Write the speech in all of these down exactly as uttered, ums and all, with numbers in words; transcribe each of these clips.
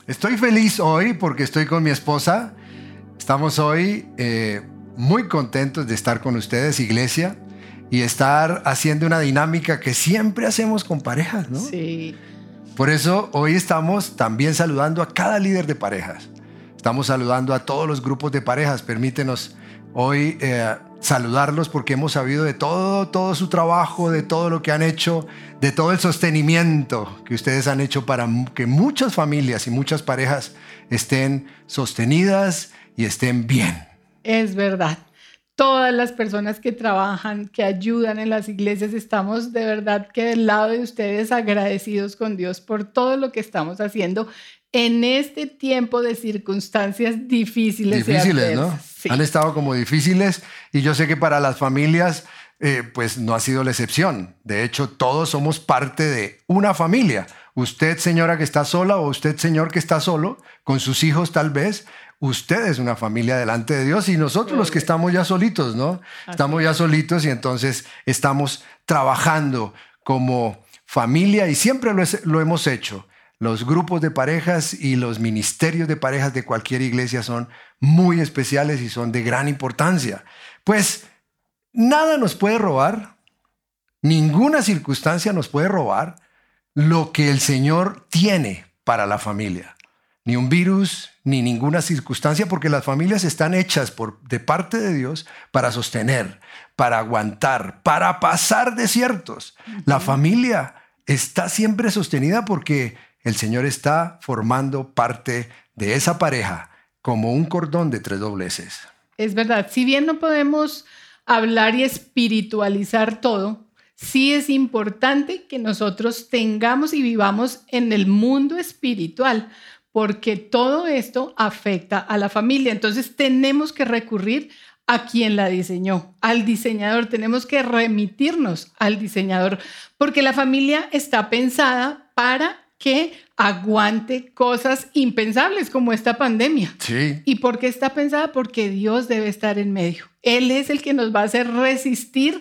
Estoy feliz hoy porque estoy con mi esposa. Estamos hoy eh, muy contentos de estar con ustedes, iglesia, y estar haciendo una dinámica que siempre hacemos con parejas, ¿no? Sí. Por eso hoy estamos también saludando a cada líder de parejas. Estamos saludando a todos los grupos de parejas. Permítenos hoy eh, saludarlos porque hemos sabido de todo, todo su trabajo, de todo lo que han hecho, de todo el sostenimiento que ustedes han hecho para que muchas familias y muchas parejas estén sostenidas y estén bien. Es verdad. Todas las personas que trabajan, que ayudan en las iglesias, estamos de verdad que del lado de ustedes agradecidos con Dios por todo lo que estamos haciendo en este tiempo de circunstancias difíciles. Difíciles, y ¿no? Sí. Han estado como difíciles y yo sé que para las familias eh, pues no ha sido la excepción. De hecho, todos somos parte de una familia. Usted, señora que está sola, o usted, señor que está solo, con sus hijos tal vez, usted es una familia delante de Dios y nosotros los que estamos ya solitos, ¿no? Estamos ya solitos y entonces estamos trabajando como familia y siempre lo, es, lo hemos hecho. Los grupos de parejas y los ministerios de parejas de cualquier iglesia son muy especiales y son de gran importancia. Pues nada nos puede robar, ninguna circunstancia nos puede robar lo que el Señor tiene para la familia. Ni un virus, ni ninguna circunstancia, porque las familias están hechas por, de parte de Dios para sostener, para aguantar, para pasar desiertos. Uh-huh. La familia está siempre sostenida porque el Señor está formando parte de esa pareja como un cordón de tres dobleces. Es verdad, si bien no podemos hablar y espiritualizar todo, sí es importante que nosotros tengamos y vivamos en el mundo espiritual, porque todo esto afecta a la familia. Entonces tenemos que recurrir a quien la diseñó, al diseñador. Tenemos que remitirnos al diseñador, porque la familia está pensada para que aguante cosas impensables como esta pandemia. Sí. ¿Y por qué está pensada? Porque Dios debe estar en medio. Él es el que nos va a hacer resistir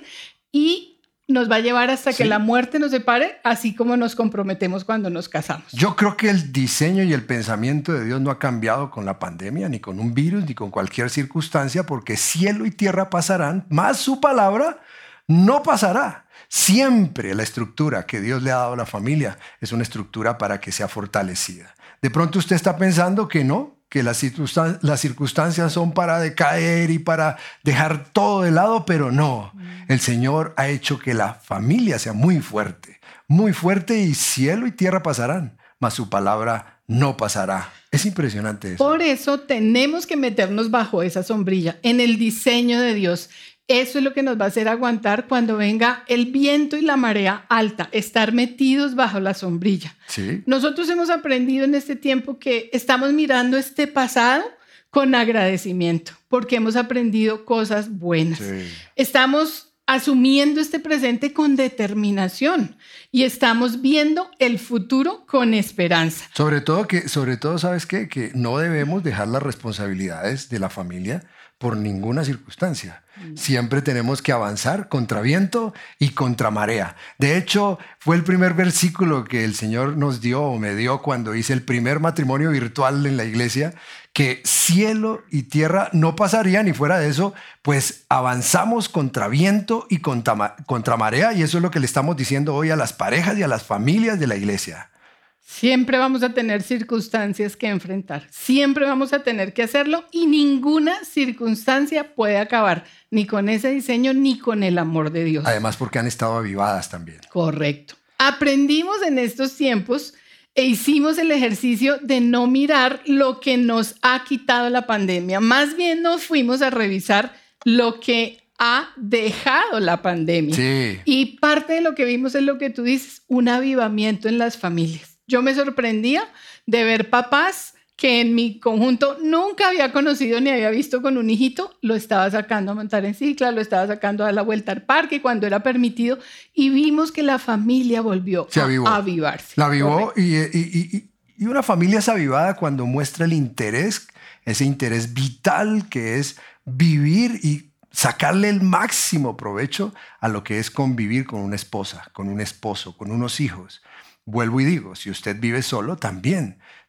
y nos va a llevar hasta sí. que la muerte nos separe, así como nos comprometemos cuando nos casamos. Yo creo que el diseño y el pensamiento de Dios no ha cambiado con la pandemia, ni con un virus, ni con cualquier circunstancia, porque cielo y tierra pasarán, más su palabra no pasará. Siempre la estructura que Dios le ha dado a la familia es una estructura para que sea fortalecida. De pronto usted está pensando que no, que las circunstan- las circunstancias son para decaer y para dejar todo de lado, pero no. El Señor ha hecho que la familia sea muy fuerte, muy fuerte, y cielo y tierra pasarán, mas su palabra no pasará. Es impresionante eso. Por eso tenemos que meternos bajo esa sombrilla, en el diseño de Dios. Eso es lo que nos va a hacer aguantar cuando venga el viento y la marea alta, estar metidos bajo la sombrilla. Sí. Nosotros hemos aprendido en este tiempo que estamos mirando este pasado con agradecimiento, porque hemos aprendido cosas buenas. Sí. Estamos asumiendo este presente con determinación y estamos viendo el futuro con esperanza. Sobre todo, que, sobre todo, ¿sabes qué? Que no debemos dejar las responsabilidades de la familia por ninguna circunstancia. Siempre tenemos que avanzar contra viento y contra marea. De hecho, fue el primer versículo que el Señor nos dio o me dio cuando hice el primer matrimonio virtual en la iglesia, que cielo y tierra no pasarían, y fuera de eso, pues avanzamos contra viento y contra, contra marea, y eso es lo que le estamos diciendo hoy a las parejas y a las familias de la iglesia. Siempre vamos a tener circunstancias que enfrentar, siempre vamos a tener que hacerlo, y ninguna circunstancia puede acabar ni con ese diseño ni con el amor de Dios. Además, porque han estado avivadas también. Correcto. Aprendimos en estos tiempos e hicimos el ejercicio de no mirar lo que nos ha quitado la pandemia. Más bien nos fuimos a revisar lo que ha dejado la pandemia. Sí. Y parte de lo que vimos es lo que tú dices, un avivamiento en las familias. Yo me sorprendía de ver papás que en mi conjunto nunca había conocido ni había visto con un hijito, lo estaba sacando a montar en cicla, lo estaba sacando a dar la vuelta al parque cuando era permitido, y vimos que la familia volvió Se avivó. a avivarse. La avivó, y, y, y, y una familia es avivada cuando muestra el interés, ese interés vital que es vivir y sacarle el máximo provecho a lo que es convivir con una esposa, con un esposo, con unos hijos. Vuelvo y digo, si usted vive solo, también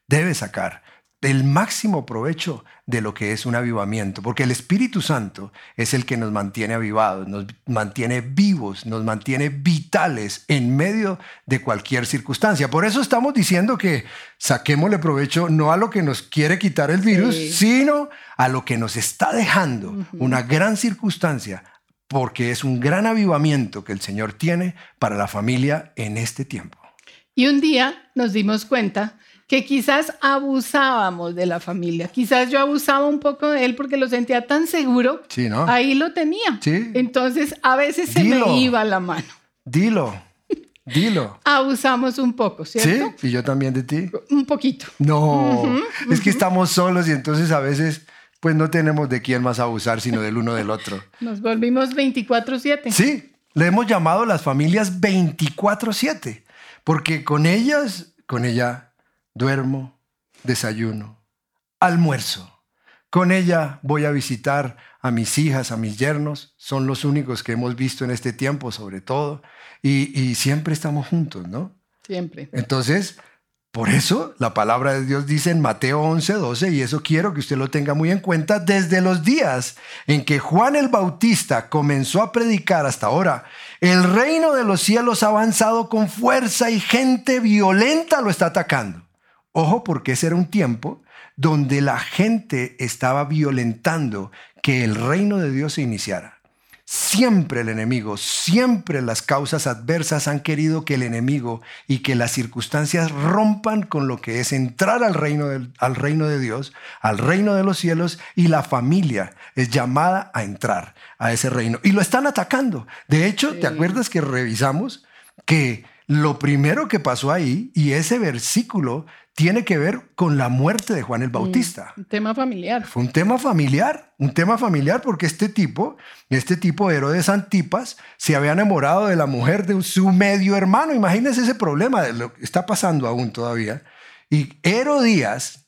debe sacar el máximo provecho de lo que es un avivamiento, porque el Espíritu Santo es el que nos mantiene avivados, nos mantiene vivos, nos mantiene vitales en medio de cualquier circunstancia. Por eso estamos diciendo que saquémosle provecho no a lo que nos quiere quitar el virus, sí, sino a lo que nos está dejando uh-huh. una gran circunstancia, porque es un gran avivamiento que el Señor tiene para la familia en este tiempo. Y un día nos dimos cuenta que quizás abusábamos de la familia. Quizás yo abusaba un poco de él porque lo sentía tan seguro. Sí, ¿no? Ahí lo tenía. Sí. Entonces, a veces se Dilo. me iba la mano. Dilo, dilo. Abusamos un poco, ¿cierto? Sí, y yo también de ti. Un poquito. No, Uh-huh, es que uh-huh. estamos solos y entonces a veces pues no tenemos de quién más abusar sino del uno del otro. Nos volvimos veinticuatro siete. Sí, le hemos llamado las familias veinticuatro siete, porque con ellas, con ella... duermo, desayuno, almuerzo. Con ella voy a visitar a mis hijas, a mis yernos. Son los únicos que hemos visto en este tiempo, sobre todo. Y, y siempre estamos juntos, ¿no? Siempre. Entonces, por eso la palabra de Dios dice en Mateo once, doce, y eso quiero que usted lo tenga muy en cuenta, desde los días en que Juan el Bautista comenzó a predicar hasta ahora, el reino de los cielos ha avanzado con fuerza y gente violenta lo está atacando. Ojo, porque ese era un tiempo donde la gente estaba violentando que el reino de Dios se iniciara. Siempre el enemigo, siempre las causas adversas han querido que el enemigo y que las circunstancias rompan con lo que es entrar al reino de, al reino de Dios, al reino de los cielos, y la familia es llamada a entrar a ese reino. Y lo están atacando. De hecho, sí. ¿Te acuerdas que revisamos que lo primero que pasó ahí, y ese versículo tiene que ver con la muerte de Juan el Bautista? Un tema familiar. Fue un tema familiar, un tema familiar porque este tipo, este tipo Herodes Antipas, se había enamorado de la mujer de su medio hermano. Imagínense ese problema, de lo que está pasando aún todavía. Y Herodías,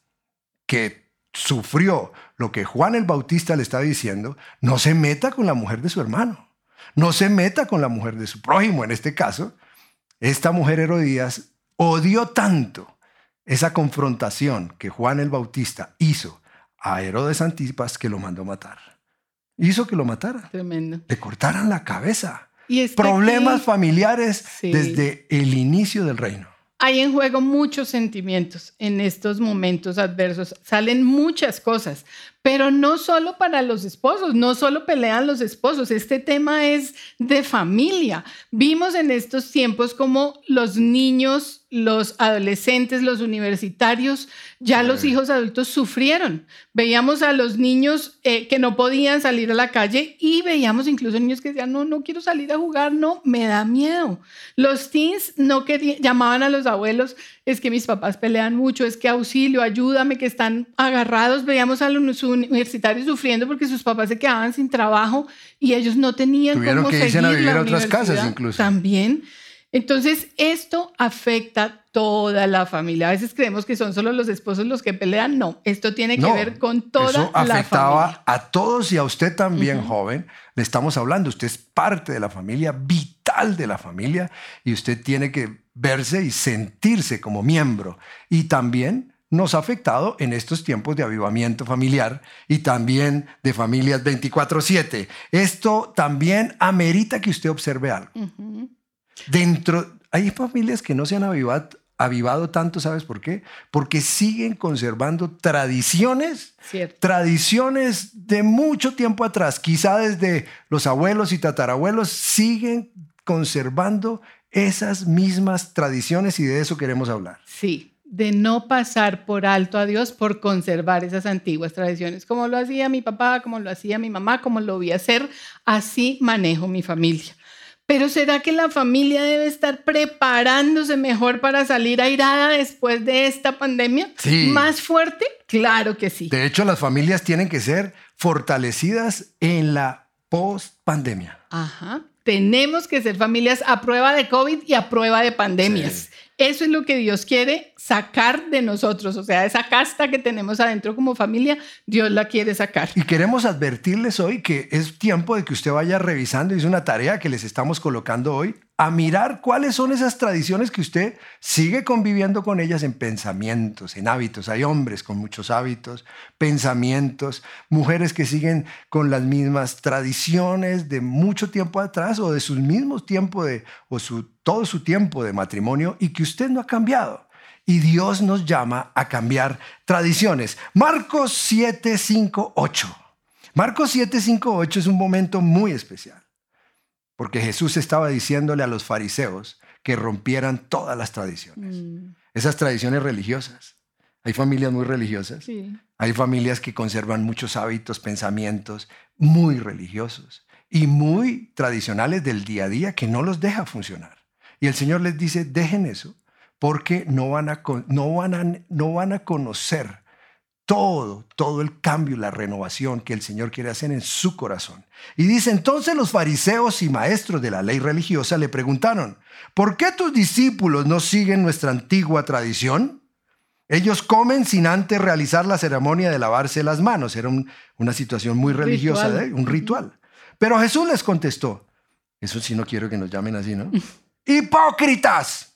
que sufrió lo que Juan el Bautista le estaba diciendo, no se meta con la mujer de su hermano, no se meta con la mujer de su prójimo. En este caso, esta mujer Herodías odió tanto esa confrontación que Juan el Bautista hizo a Herodes Antipas que lo mandó matar. Hizo que lo matara. Tremendo. Le cortaran la cabeza. Y es que Problemas aquí, familiares sí, desde el inicio del reino. Hay en juego muchos sentimientos en estos momentos adversos. Salen muchas cosas, pero no solo para los esposos, no solo pelean los esposos. Este tema es de familia. Vimos en estos tiempos cómo los niños, los adolescentes, los universitarios, ya sí. Los hijos adultos sufrieron. Veíamos a los niños eh, que no podían salir a la calle y veíamos incluso niños que decían, no, no quiero salir a jugar, no, me da miedo. Los teens no querían, llamaban a los abuelos, es que mis papás pelean mucho, es que auxilio, ayúdame, que están agarrados. Veíamos a los universitarios sufriendo porque sus papás se quedaban sin trabajo y ellos no tenían Tuvieron cómo que seguir irse a vivir la a otras universidad. casas incluso. También. Entonces, esto afecta toda la familia. A veces creemos que son solo los esposos los que pelean. No, esto tiene que no, ver con toda eso la familia. afectaba a todos y a usted también, uh-huh. joven. Le estamos hablando. Usted es parte de la familia, vital de la familia, y usted tiene que verse y sentirse como miembro. Y también nos ha afectado en estos tiempos de avivamiento familiar y también de familias veinticuatro siete. Esto también amerita que usted observe algo. Uh-huh. Dentro, hay familias que no se han avivado, avivado tanto, ¿sabes por qué? Porque siguen conservando tradiciones, Cierto. tradiciones de mucho tiempo atrás, quizá desde los abuelos y tatarabuelos, siguen conservando esas mismas tradiciones y de eso queremos hablar. Sí, de no pasar por alto a Dios por conservar esas antiguas tradiciones, como lo hacía mi papá, como lo hacía mi mamá, como lo vi hacer, así manejo mi familia. Pero ¿será que la familia debe estar preparándose mejor para salir airada después de esta pandemia? Sí. ¿Más fuerte? Claro que sí. De hecho, las familias tienen que ser fortalecidas en la post-pandemia. Ajá. Tenemos que ser familias a prueba de COVID y a prueba de pandemias. Sí. Eso es lo que Dios quiere sacar de nosotros. O sea, esa casta que tenemos adentro como familia, Dios la quiere sacar. Y queremos advertirles hoy que es tiempo de que usted vaya revisando. Es una tarea que les estamos colocando hoy. a mirar cuáles son esas tradiciones que usted sigue conviviendo con ellas en pensamientos, en hábitos. Hay hombres con muchos hábitos, pensamientos, mujeres que siguen con las mismas tradiciones de mucho tiempo atrás o de sus mismos tiempos de, o su, todo su tiempo de matrimonio y que usted no ha cambiado. Y Dios nos llama a cambiar tradiciones. Marcos siete, cinco, ocho. Marcos siete, cinco, ocho es un momento muy especial. Porque Jesús estaba diciéndole a los fariseos que rompieran todas las tradiciones. Mm. Esas tradiciones religiosas. Hay familias muy religiosas. Sí. Hay familias que conservan muchos hábitos, pensamientos muy religiosos y muy tradicionales del día a día que no los deja funcionar. Y el Señor les dice, dejen eso porque no van a, no van a, no van a conocer todo, todo el cambio y la renovación que el Señor quiere hacer en su corazón. Y dice, entonces los fariseos y maestros de la ley religiosa le preguntaron, ¿por qué tus discípulos no siguen nuestra antigua tradición? Ellos comen sin antes realizar la ceremonia de lavarse las manos. Era un, una situación muy religiosa, ritual. ¿eh? Un ritual. Pero Jesús les contestó, eso sí no quiero que nos llamen así, ¿no? ¡Hipócritas!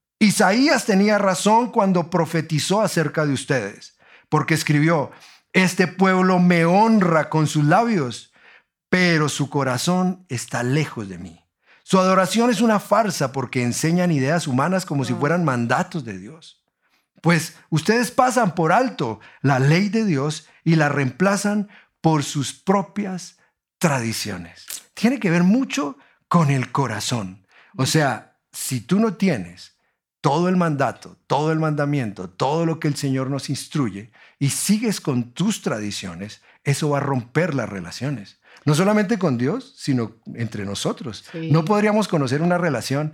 Isaías tenía razón cuando profetizó acerca de ustedes. Porque escribió, este pueblo me honra con sus labios, pero su corazón está lejos de mí. Su adoración es una farsa porque enseñan ideas humanas como si fueran mandatos de Dios. Pues ustedes pasan por alto la ley de Dios y la reemplazan por sus propias tradiciones. Tiene que ver mucho con el corazón. O sea, si tú no tienes todo el mandato, todo el mandamiento, todo lo que el Señor nos instruye y sigues con tus tradiciones, eso va a romper las relaciones. No solamente con Dios, sino entre nosotros. Sí. No podríamos conocer una relación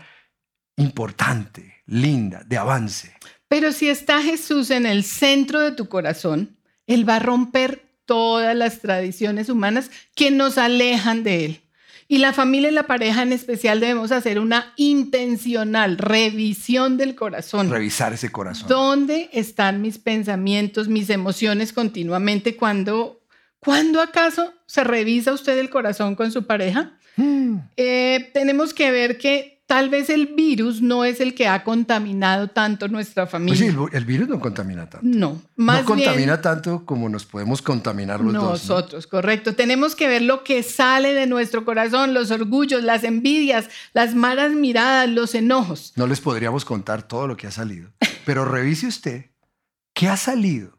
importante, linda, de avance. Pero si está Jesús en el centro de tu corazón, Él va a romper todas las tradiciones humanas que nos alejan de Él. Y la familia y la pareja en especial debemos hacer una intencional revisión del corazón. Revisar ese corazón. ¿Dónde están mis pensamientos, mis emociones continuamente? ¿Cuándo, ¿cuándo acaso se revisa usted el corazón con su pareja? Hmm. Eh, tenemos que ver que tal vez el virus no es el que ha contaminado tanto nuestra familia. Pues sí, el, el virus no contamina tanto. No, más No contamina bien, tanto como nos podemos contaminar los nosotros, dos. Nosotros, ¿no? Correcto. Tenemos que ver lo que sale de nuestro corazón, los orgullos, las envidias, las malas miradas, los enojos. No les podríamos contar todo lo que ha salido, pero revise usted qué ha salido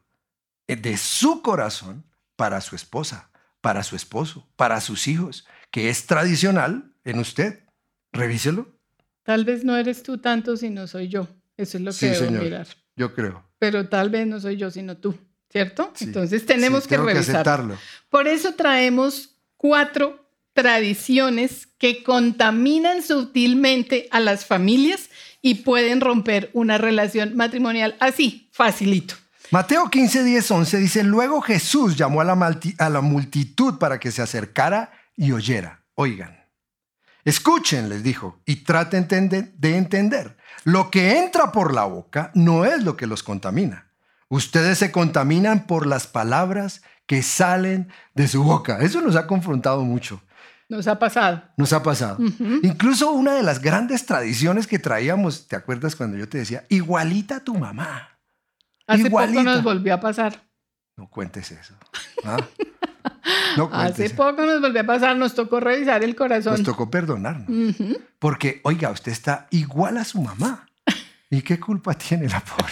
de su corazón para su esposa, para su esposo, para sus hijos, que es tradicional en usted. Revíselo. Tal vez no eres tú tanto, sino soy yo. Eso es lo que sí, debo señor, mirar. Yo creo. Pero tal vez no soy yo, sino tú, ¿cierto? Sí, Entonces tenemos sí, que tengo revisar. Que aceptarlo. Por eso traemos cuatro tradiciones que contaminan sutilmente a las familias y pueden romper una relación matrimonial así, facilito. Mateo quince, diez, once dice, luego Jesús llamó a la, malti- a la multitud para que se acercara y oyera. Oigan. Escuchen, les dijo, y traten de entender. Lo que entra por la boca no es lo que los contamina. Ustedes se contaminan por las palabras que salen de su boca. Eso nos ha confrontado mucho. Nos ha pasado. Nos ha pasado. Uh-huh. Incluso una de las grandes tradiciones que traíamos, ¿te acuerdas cuando yo te decía? Igualita a tu mamá. Hace Igualita. poco nos volvió a pasar. No cuentes eso. ¿Ah? No Hace poco nos volvió a pasar, nos tocó revisar el corazón. Nos tocó perdonarnos. Uh-huh. Porque, oiga, usted está igual a su mamá. ¿Y qué culpa tiene la pobre?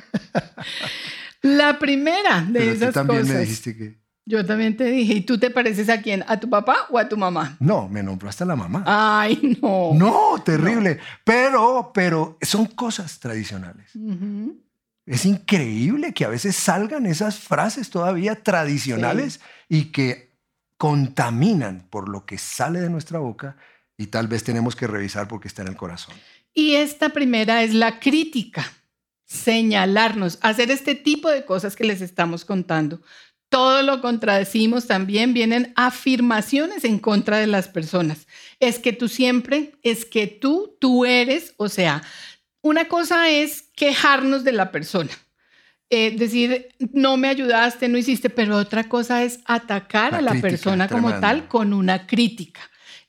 La primera de Pero esas tú también cosas. me dijiste que... Yo también te dije, ¿y tú te pareces a quién? ¿A tu papá o a tu mamá? No, me nombró hasta la mamá. Ay, no. No, terrible. No. Pero, pero son cosas tradicionales. Uh-huh. Es increíble que a veces salgan esas frases todavía tradicionales sí. y que contaminan por lo que sale de nuestra boca y tal vez tenemos que revisar porque está en el corazón. Y esta primera es la crítica, señalarnos, hacer este tipo de cosas que les estamos contando. Todo lo contradecimos, también vienen afirmaciones en contra de las personas. Es que tú siempre, es que tú, tú eres, o sea, una cosa es quejarnos de la persona, eh, decir, no me ayudaste, no hiciste, pero otra cosa es atacar la a la crítica, persona como tremendo. tal con una crítica.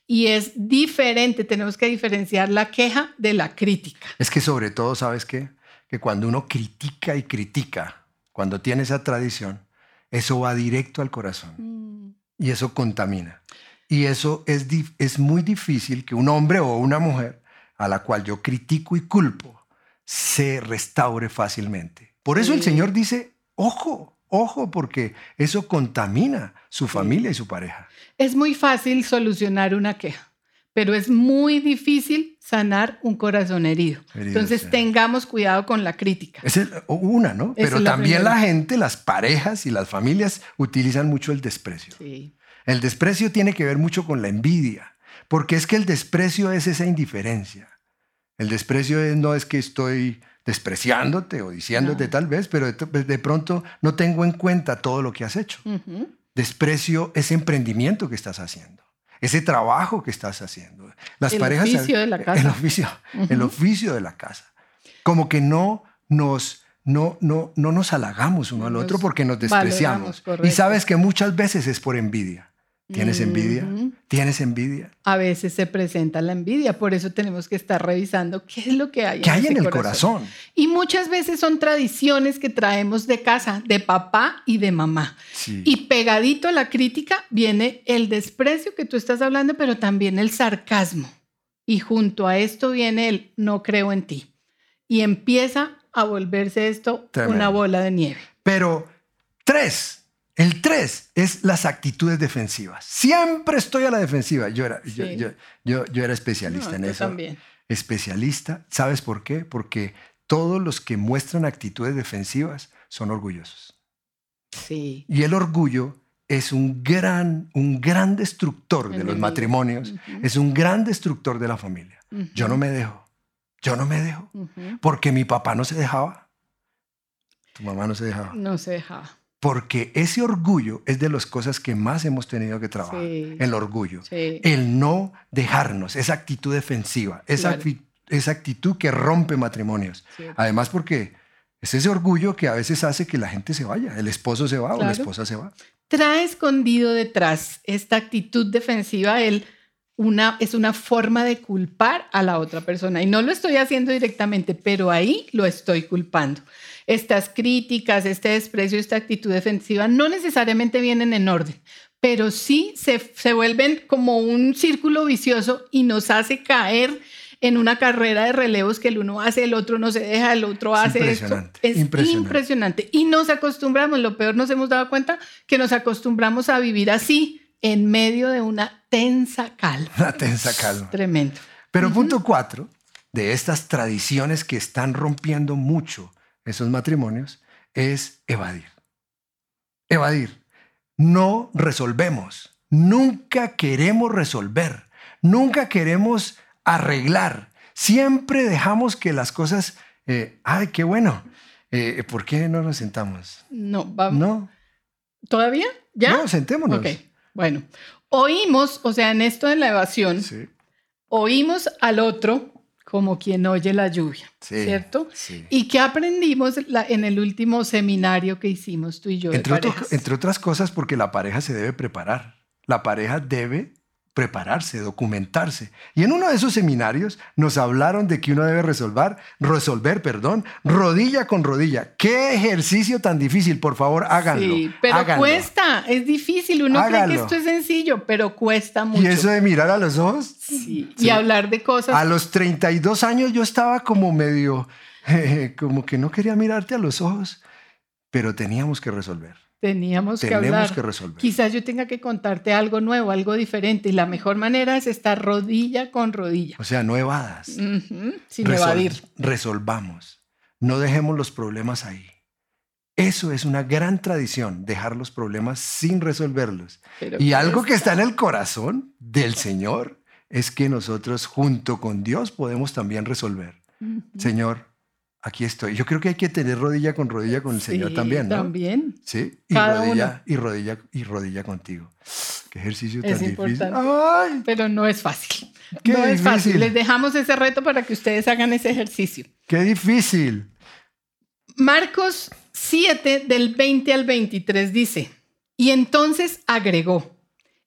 Y es diferente, tenemos que diferenciar la queja de la crítica. Es que sobre todo, ¿sabes qué? Que cuando uno critica y critica, cuando tiene esa tradición, eso va directo al corazón mm. y eso contamina. Y eso es, es muy difícil que un hombre o una mujer a la cual yo critico y culpo se restaure fácilmente. Por eso sí. El Señor dice, ojo, ojo, porque eso contamina su sí. familia y su pareja. Es muy fácil solucionar una queja, pero es muy difícil sanar un corazón herido. herido Entonces sí. tengamos cuidado con la crítica. Esa es una, ¿no? Esa pero la también primera. La gente, las parejas y las familias utilizan mucho el desprecio. Sí. El desprecio tiene que ver mucho con la envidia, porque es que el desprecio es esa indiferencia. El desprecio es, no es que estoy despreciándote o diciéndote no. tal vez, pero de, de pronto no tengo en cuenta todo lo que has hecho. Uh-huh. Desprecio ese emprendimiento que estás haciendo, ese trabajo que estás haciendo. Las el parejas, oficio de la casa. El oficio, uh-huh. el oficio de la casa. Como que no nos, no, no, no nos halagamos uno nos al otro porque nos despreciamos. Y sabes que muchas veces es por envidia. ¿Tienes envidia? Uh-huh. ¿Tienes envidia? A veces se presenta la envidia, por eso tenemos que estar revisando qué es lo que hay, ¿Qué en, hay ese en el corazón. corazón. Y muchas veces son tradiciones que traemos de casa, de papá y de mamá. Sí. Y pegadito a la crítica viene el desprecio que tú estás hablando, pero también el sarcasmo. Y junto a esto viene el no creo en ti. Y empieza a volverse esto Tremendo. Una bola de nieve. Pero tres... El tres es las actitudes defensivas. Siempre estoy a la defensiva. Yo era, sí. yo, yo, yo, yo era especialista no, en yo eso. También. Especialista. ¿Sabes por qué? Porque todos los que muestran actitudes defensivas son orgullosos. Sí. Y el orgullo es un gran, un gran destructor de los matrimonios. Uh-huh. Es un gran destructor de la familia. Uh-huh. Yo no me dejo. Yo no me dejo. Uh-huh. Porque mi papá no se dejaba. Tu mamá no se dejaba. No se dejaba. Porque ese orgullo es de las cosas que más hemos tenido que trabajar. Sí, el orgullo. Sí. El no dejarnos, esa actitud defensiva, esa, claro. acti- esa actitud que rompe matrimonios. Sí. Además porque es ese orgullo que a veces hace que la gente se vaya. El esposo se va claro. o la esposa se va. Trae escondido detrás esta actitud defensiva, el, una, es una forma de culpar a la otra persona. Y no lo estoy haciendo directamente, pero ahí lo estoy culpando. Estas críticas, este desprecio, esta actitud defensiva no necesariamente vienen en orden, pero sí se, se vuelven como un círculo vicioso y nos hace caer en una carrera de relevos que el uno hace, el otro no se deja, el otro es hace impresionante, esto. Es impresionante. impresionante. Y nos acostumbramos, lo peor nos hemos dado cuenta, que nos acostumbramos a vivir así en medio de una tensa calma. Una tensa calma. Tremendo. Pero uh-huh. punto cuatro, de estas tradiciones que están rompiendo mucho esos matrimonios, es evadir. Evadir. No resolvemos. Nunca queremos resolver. Nunca queremos arreglar. Siempre dejamos que las cosas... Eh, ¡Ay, qué bueno! Eh, ¿Por qué no nos sentamos? No, vamos. ¿No? ¿Todavía? ¿Ya? No, sentémonos. Ok, bueno. Oímos, o sea, en esto de la evasión, sí. oímos al otro como quien oye la lluvia, sí, ¿cierto? Sí. ¿Y qué aprendimos la, en el último seminario que hicimos tú y yo de entre, parejas? otro, entre otras cosas porque la pareja se debe preparar. La pareja debe prepararse, documentarse. Y en uno de esos seminarios nos hablaron de que uno debe resolver, resolver, perdón, rodilla con rodilla. ¡Qué ejercicio tan difícil! Por favor, háganlo. Sí, pero háganlo. Cuesta, es difícil. Uno háganlo. cree que esto es sencillo, pero cuesta mucho. ¿Y eso de mirar a los ojos? Sí, sí. Y hablar de cosas. A los treinta y dos años yo estaba como medio, eh, como que no quería mirarte a los ojos, pero teníamos que resolver. Teníamos que Tenemos hablar. que resolver. Quizás yo tenga que contarte algo nuevo, algo diferente. Y la mejor manera es estar rodilla con rodilla. O sea, no evadas. Uh-huh. Sin Resol- evadir. Resolvamos. No dejemos los problemas ahí. Eso es una gran tradición, dejar los problemas sin resolverlos. Pero y algo está. que está en el corazón del Señor es que nosotros junto con Dios podemos también resolver. Uh-huh. Señor, aquí estoy. Yo creo que hay que tener rodilla con rodilla con el sí, Señor también, ¿no? También. Sí, y Cada rodilla, uno. y rodilla y rodilla contigo. Qué ejercicio Es tan importante. difícil. Ay, Pero no es fácil. qué no es difícil. fácil. Les dejamos ese reto para que ustedes hagan ese ejercicio. Qué difícil. Marcos siete, del veinte al veintitrés dice, y entonces agregó,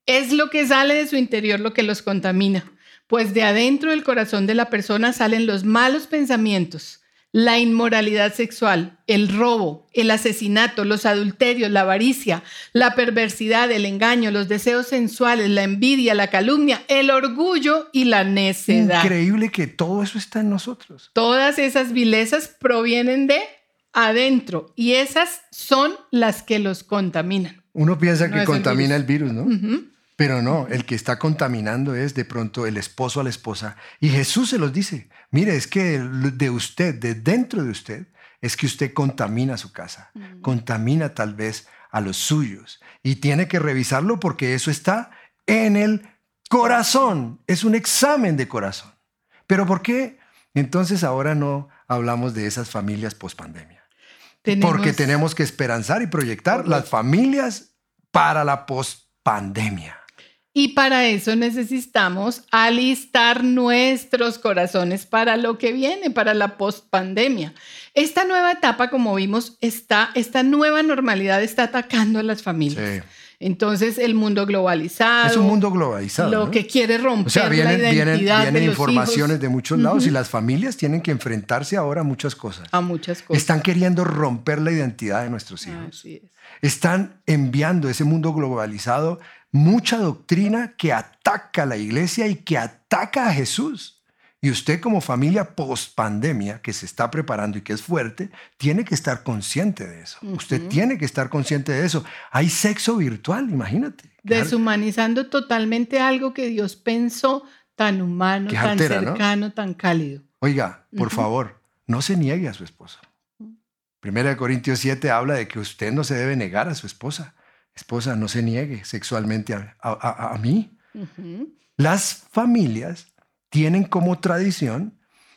Es lo que sale de su interior lo que los contamina, pues de adentro del corazón de la persona salen los malos pensamientos, la inmoralidad sexual, el robo, el asesinato, los adulterios, la avaricia, la perversidad, el engaño, los deseos sensuales, la envidia, la calumnia, el orgullo y la necedad. Increíble que todo eso está en nosotros. Todas esas vilezas provienen de adentro y esas son las que los contaminan. Uno piensa No que es el contamina el virus. virus, ¿no? Uh-huh. Pero no, el que está contaminando es de pronto el esposo a la esposa. Y Jesús se los dice, mire, es que de usted, de dentro de usted, es que usted contamina su casa, uh-huh. contamina tal vez a los suyos. Y tiene que revisarlo porque eso está en el corazón. Es un examen de corazón. ¿Pero por qué entonces ahora no hablamos de esas familias pospandemia? Tenemos... Porque tenemos que esperanzar y proyectar las familias para la pospandemia. Y para eso necesitamos alistar nuestros corazones para lo que viene, para la pospandemia. Esta nueva etapa, como vimos, está, esta nueva normalidad está atacando a las familias. Sí. Entonces, el mundo globalizado. Es un mundo globalizado. Lo ¿no? que quiere romper, o sea, vienen, la identidad vienen, vienen de los informaciones hijos. de muchos lados uh-huh. y las familias tienen que enfrentarse ahora a muchas cosas. A muchas cosas. Están queriendo romper la identidad de nuestros hijos. Así es. Están enviando ese mundo globalizado mucha doctrina que ataca a la iglesia y que ataca a Jesús. Y usted como familia post-pandemia que se está preparando y que es fuerte, tiene que estar consciente de eso. Uh-huh. Usted tiene que estar consciente de eso. Hay sexo virtual, imagínate. Deshumanizando totalmente algo que Dios pensó tan humano, tan altera, cercano, ¿no? Tan cálido. Oiga, por uh-huh. favor, no se niegue a su esposo. Primera de Corintios siete habla de que usted no se debe negar a su esposa. Esposa, no se niegue sexualmente a, a, a, a mí. Uh-huh. Las familias tienen como tradición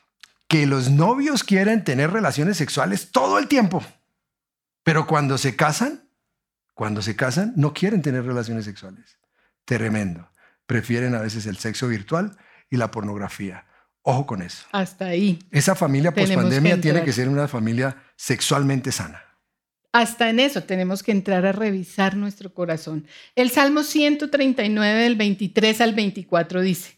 que los novios quieren tener relaciones sexuales todo el tiempo. Pero cuando se casan, cuando se casan, no quieren tener relaciones sexuales. Tremendo. Prefieren a veces el sexo virtual y la pornografía. Ojo con eso. Hasta ahí. Esa familia pospandemia tiene que ser una familia sexualmente sana. Hasta en eso tenemos que entrar a revisar nuestro corazón. El Salmo ciento treinta y nueve del veintitrés al veinticuatro dice: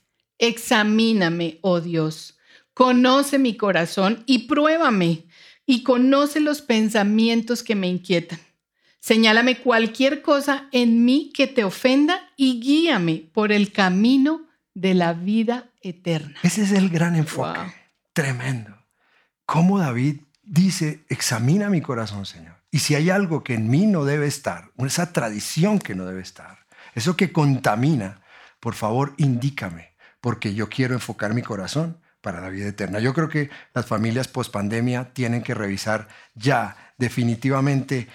examíname, oh Dios, conoce mi corazón y pruébame, y conoce los pensamientos que me inquietan. Señálame cualquier cosa en mí que te ofenda y guíame por el camino de la vida eterna. Ese es el gran enfoque. Wow. Tremendo. Cómo David dice, examina mi corazón, Señor. Y si hay algo que en mí no debe estar, esa tradición que no debe estar, eso que contamina, por favor, indícame, porque yo quiero enfocar mi corazón para la vida eterna. Yo creo que las familias pospandemia tienen que revisar ya definitivamente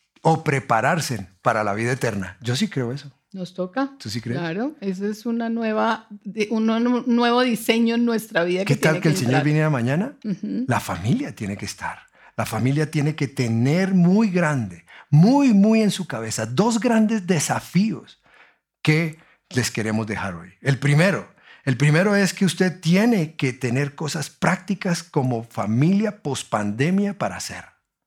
o prepararse para la vida eterna. Yo sí creo eso. Nos toca. ¿Tú sí crees? Claro, eso es una nueva, un nuevo diseño en nuestra vida. ¿Qué que tal tiene que el que Señor viniera mañana? Uh-huh. La familia tiene que estar. La familia tiene que tener muy grande, muy, muy en su cabeza, dos grandes desafíos que les queremos dejar hoy. El primero, el primero es que usted tiene que tener cosas prácticas como familia pospandemia para hacer.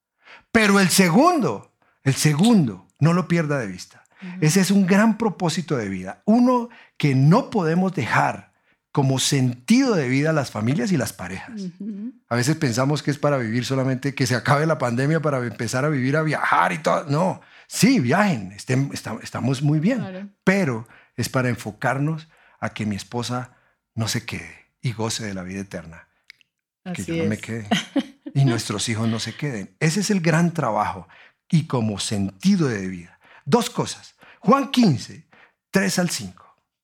Pero el segundo, el segundo, no lo pierda de vista. Uh-huh. Ese es un gran propósito de vida. Uno que no podemos dejar como sentido de vida a las familias y las parejas. Uh-huh. A veces pensamos que es para vivir solamente, que se acabe la pandemia para empezar a vivir, a viajar y todo. No, sí, viajen, estén, está, estamos muy bien. Claro. Pero es para enfocarnos a que mi esposa no se quede y goce de la vida eterna. Así que yo no es. me quede y nuestros hijos no se queden. Ese es el gran trabajo y como sentido de vida. Dos cosas. Juan quince, tres al cinco.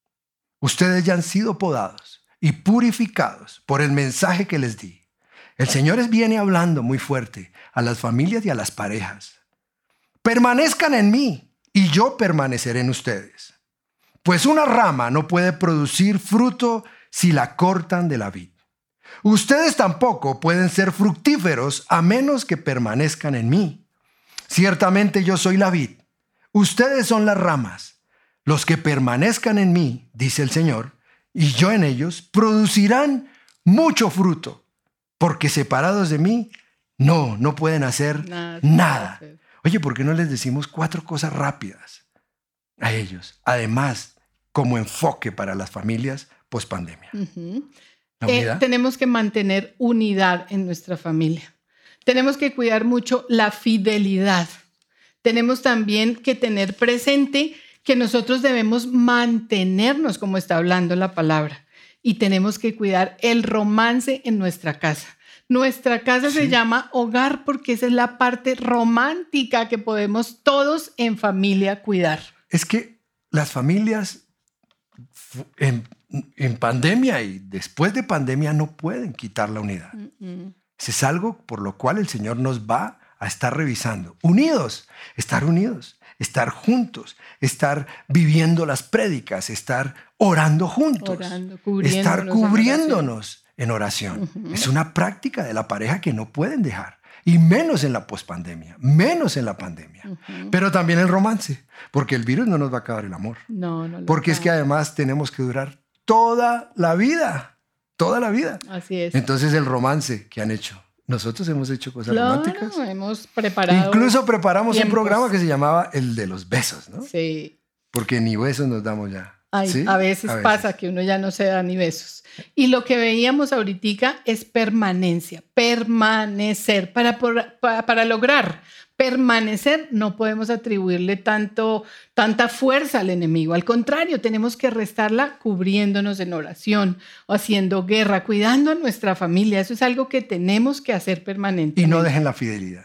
Ustedes ya han sido podados y purificados por el mensaje que les di. El Señor viene hablando muy fuerte a las familias y a las parejas. Permanezcan en mí y yo permaneceré en ustedes. Pues una rama no puede producir fruto si la cortan de la vid. Ustedes tampoco pueden ser fructíferos a menos que permanezcan en mí. Ciertamente yo soy la vid. Ustedes son las ramas. Los que permanezcan en mí, dice el Señor, y yo en ellos, producirán mucho fruto, porque separados de mí, no, no pueden hacer nada. nada. Oye, ¿por qué no les decimos cuatro cosas rápidas? a ellos. Además, como enfoque para las familias post-pandemia. Uh-huh. La Eh, unidad. tenemos que mantener unidad en nuestra familia. Tenemos que cuidar mucho la fidelidad. Tenemos también que tener presente que nosotros debemos mantenernos como está hablando la palabra. Y tenemos que cuidar el romance en nuestra casa. Nuestra casa Sí. se llama hogar porque esa es la parte romántica que podemos todos en familia cuidar. Es que las familias fu- en, en pandemia y después de pandemia no pueden quitar la unidad. Mm-mm. Ese es algo por lo cual el Señor nos va a estar revisando. Unidos, estar unidos, estar juntos, estar viviendo las prédicas, estar orando juntos, Orando, cubriéndonos estar en cubriéndonos en oración. Ujú. Es una práctica de la pareja que no pueden dejar. Y menos en la pospandemia, menos en la pandemia. Ujú. Pero también el romance, porque el virus no nos va a acabar el amor. No, no lo Porque es que sabe. además tenemos que durar toda la vida, toda la vida. Así es. Entonces el romance que han hecho. Nosotros hemos hecho cosas Claro, románticas. hemos preparado. Incluso preparamos tiempos. un programa que se llamaba el de los besos, ¿no? Sí. Porque ni besos nos damos ya. Ay, ¿Sí? a, veces pasa que uno ya no se da ni besos. Y lo que veíamos ahorita es permanencia, permanecer. Para, por- para, para lograr permanecer no podemos atribuirle tanto, tanta fuerza al enemigo. Al contrario, tenemos que restarla cubriéndonos en oración o haciendo guerra, cuidando a nuestra familia. Eso es algo que tenemos que hacer permanentemente. Y no dejen la fidelidad.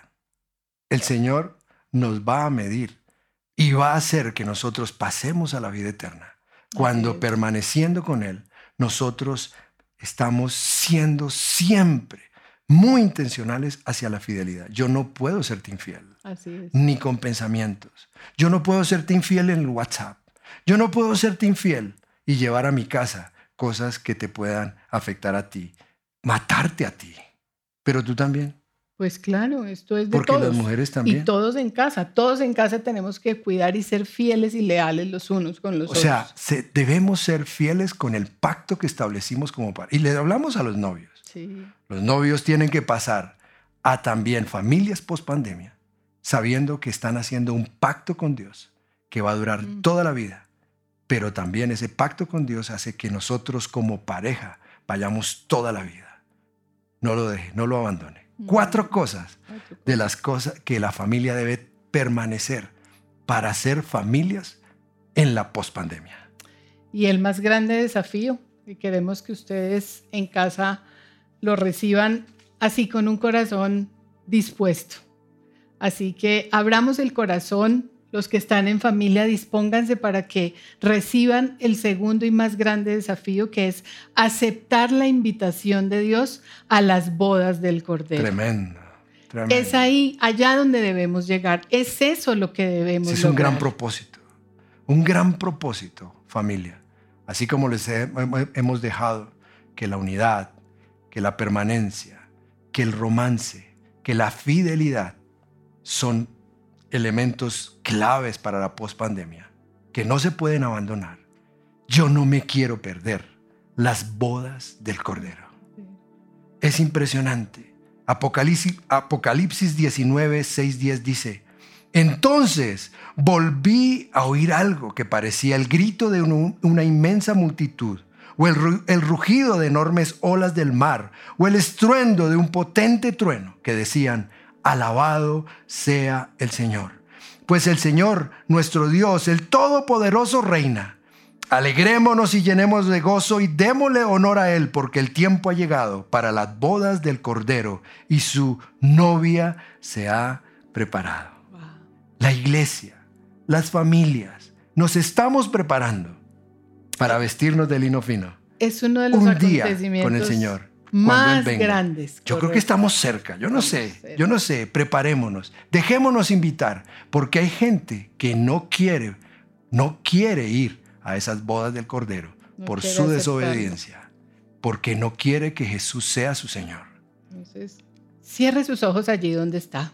El Señor nos va a medir y va a hacer que nosotros pasemos a la vida eterna. Cuando es. permaneciendo con Él, nosotros estamos siendo siempre muy intencionales hacia la fidelidad. Yo no puedo serte infiel, Así es. ni con pensamientos. Yo no puedo serte infiel en el WhatsApp. Yo no puedo serte infiel y llevar a mi casa cosas que te puedan afectar a ti, matarte a ti. Pero tú también, Pues claro, esto es de porque todos. las mujeres también. Y todos en casa, todos en casa tenemos que cuidar y ser fieles y leales los unos con los O sea, otros. se- debemos ser fieles con el pacto que establecimos como pareja. Y le hablamos a los novios. Sí. Los novios tienen que pasar a también familias post-pandemia, sabiendo que están haciendo un pacto con Dios que va a durar Mm. toda la vida. Pero también ese pacto con Dios hace que nosotros como pareja vayamos toda la vida. No lo deje, no lo abandone. Mm. Cuatro cosas Otro de las cosas que la familia debe permanecer para ser familias en la pospandemia. Y el más grande desafío, que queremos que ustedes en casa lo reciban así con un corazón dispuesto. Así que abramos el corazón, los que están en familia, dispónganse para que reciban el segundo y más grande desafío, que es aceptar la invitación de Dios a las bodas del Cordero. Tremendo, tremendo. Es ahí, allá donde debemos llegar. Es eso lo que debemos Ese es un gran lograr. propósito, un gran propósito, familia. Así como les he- hemos dejado que la unidad, que la permanencia, que el romance, que la fidelidad son elementos claves para la pospandemia, que no se pueden abandonar. Yo no me quiero perder las bodas del Cordero. Es impresionante. Apocalipsis, Apocalipsis diecinueve, seis, diez dice: entonces volví a oír algo que parecía el grito de un- una inmensa multitud, o el, ru- el rugido de enormes olas del mar, o el estruendo de un potente trueno, que decían: alabado sea el Señor. Pues el Señor, nuestro Dios, el Todopoderoso, reina. Alegrémonos y llenemos de gozo y démosle honor a Él, porque el tiempo ha llegado para las bodas del Cordero y su novia se ha preparado. Wow. La iglesia, las familias, nos estamos preparando para vestirnos de lino fino. Es uno de los Un día acontecimientos con el Señor, cuando más Él venga. grandes. Yo creo correcto. que estamos cerca, yo no sé, cerca. yo no sé, preparémonos, dejémonos invitar, porque hay gente que no quiere, no quiere ir a esas bodas del Cordero No por quiere su aceptarlo. desobediencia, porque no quiere que Jesús sea su Señor. Entonces, cierre sus ojos allí donde está.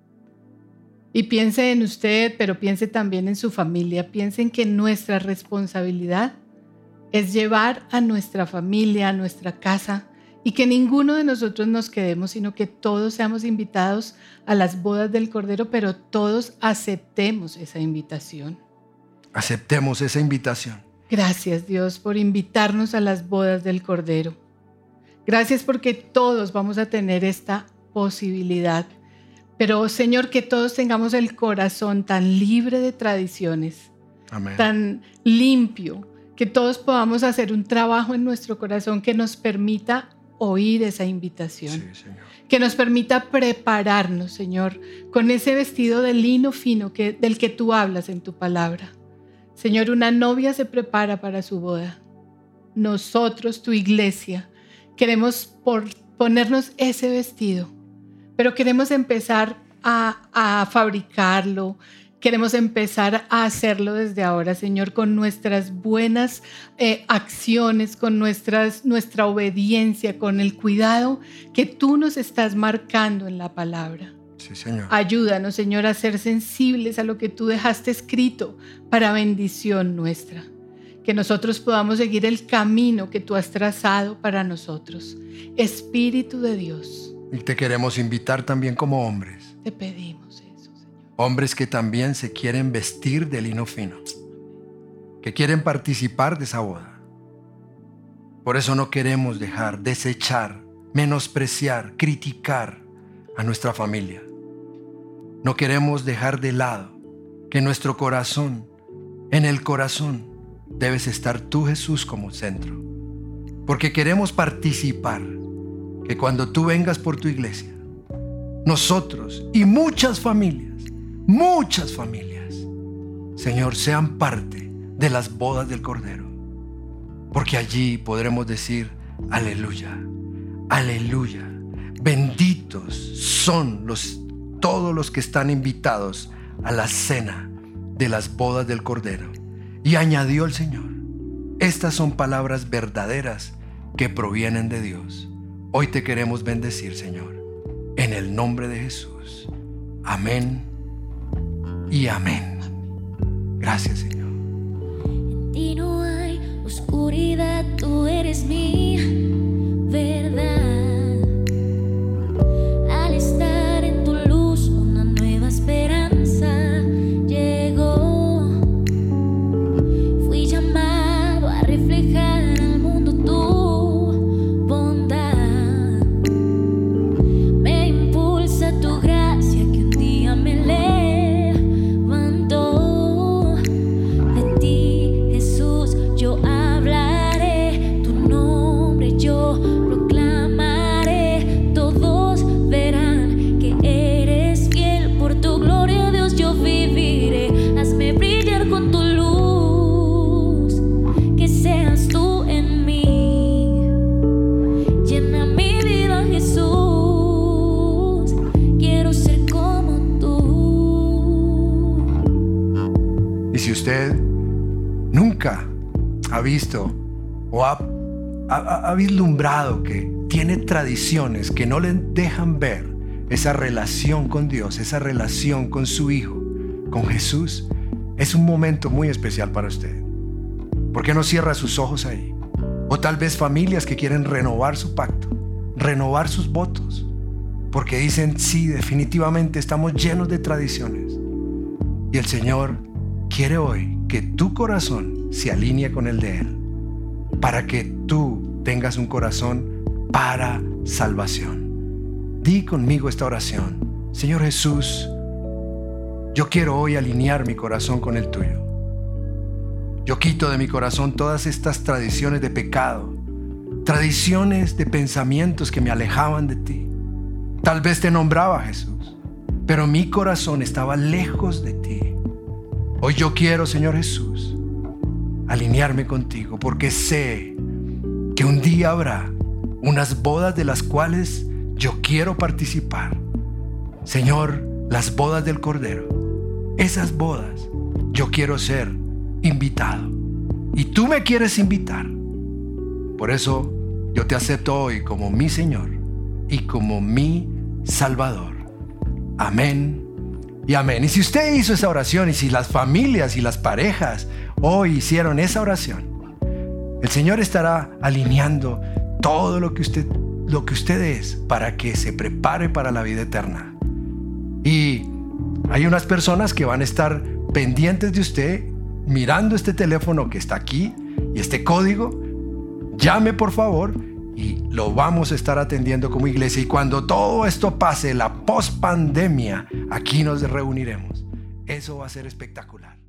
Y piense en usted, pero piense también en su familia. Piense en que nuestra responsabilidad es llevar a nuestra familia, a nuestra casa, y que ninguno de nosotros nos quedemos, sino que todos seamos invitados a las bodas del Cordero, pero todos aceptemos esa invitación. Aceptemos esa invitación. Gracias, Dios, por invitarnos a las bodas del Cordero. Gracias porque todos vamos a tener esta posibilidad. Pero, Señor, que todos tengamos el corazón tan libre de tradiciones, Amén. Tan limpio, que todos podamos hacer un trabajo en nuestro corazón que nos permita oír esa invitación. Sí, Señor. Que nos permita prepararnos, Señor, con ese vestido de lino fino que, del que tú hablas en tu palabra. Señor, una novia se prepara para su boda. Nosotros, tu iglesia, queremos por ponernos ese vestido, pero queremos empezar a, a fabricarlo, queremos empezar a hacerlo desde ahora, Señor, con nuestras buenas eh, acciones, con nuestras, nuestra obediencia, con el cuidado que tú nos estás marcando en la palabra. Sí, Señor. Ayúdanos, Señor, a ser sensibles a lo que tú dejaste escrito para bendición nuestra. Que nosotros podamos seguir el camino que tú has trazado para nosotros. Espíritu de Dios. Y te queremos invitar también como hombres. Te pedimos eso, Señor. Hombres que también se quieren vestir de lino fino. Que quieren participar de esa boda. Por eso no queremos dejar, desechar, menospreciar, criticar a nuestra familia. No queremos dejar de lado que nuestro corazón, en el corazón, debes estar tú, Jesús, como centro. Porque queremos participar, que cuando tú vengas por tu iglesia, nosotros y muchas familias, muchas familias, Señor, sean parte de las bodas del Cordero. Porque allí podremos decir, aleluya, aleluya. Benditos son los, todos los que están invitados a la cena de las bodas del Cordero. Y añadió el Señor, estas son palabras verdaderas que provienen de Dios. Hoy te queremos bendecir, Señor, en el nombre de Jesús. Amén y amén. Gracias, Señor. En ti no hay oscuridad, tú eres mi verdad. Al estar en tu luz, una nueva esperanza llegó. Fui llamado a reflejar al mundo tu bondad. Me impulsa tu gracia que un día me levantó. De ti, Jesús, yo hablaré, tu nombre yo proclamaré. Todos verán que eres fiel, por tu gloria, Dios, yo viviré. Hazme brillar con tu luz, que seas tú en mí. Llena mi vida, Jesús, quiero ser como tú. Y si usted nunca ha visto o ha, ha, ha vislumbrado que tiene tradiciones que no le dejan ver esa relación con Dios, esa relación con su Hijo, con Jesús, es un momento muy especial para usted. ¿Por qué no cierra sus ojos ahí? O tal vez familias que quieren renovar su pacto, renovar sus votos, porque dicen, sí, definitivamente estamos llenos de tradiciones. Y el Señor quiere hoy que tu corazón se alinee con el de Él, para que tú tengas un corazón para salvación. Di conmigo esta oración. Señor Jesús, yo quiero hoy alinear mi corazón con el tuyo. Yo quito de mi corazón todas estas tradiciones de pecado, tradiciones de pensamientos que me alejaban de ti. Tal vez te nombraba, Jesús, pero mi corazón estaba lejos de ti. Hoy yo quiero, Señor Jesús, alinearme contigo, porque sé que un día habrá unas bodas de las cuales yo quiero participar. Señor, las bodas del Cordero, esas bodas yo quiero ser invitado, y tú me quieres invitar. Por eso yo te acepto hoy como mi Señor y como mi Salvador. Amén y amén. Y si usted hizo esa oración, y si las familias y las parejas hoy hicieron esa oración, el Señor estará alineando todo lo que usted, lo que usted es, para que se prepare para la vida eterna. Y hay unas personas que van a estar pendientes de usted mirando este teléfono que está aquí y este código, llame por favor y lo vamos a estar atendiendo como iglesia. Y cuando todo esto pase, la pospandemia, aquí nos reuniremos. Eso va a ser espectacular.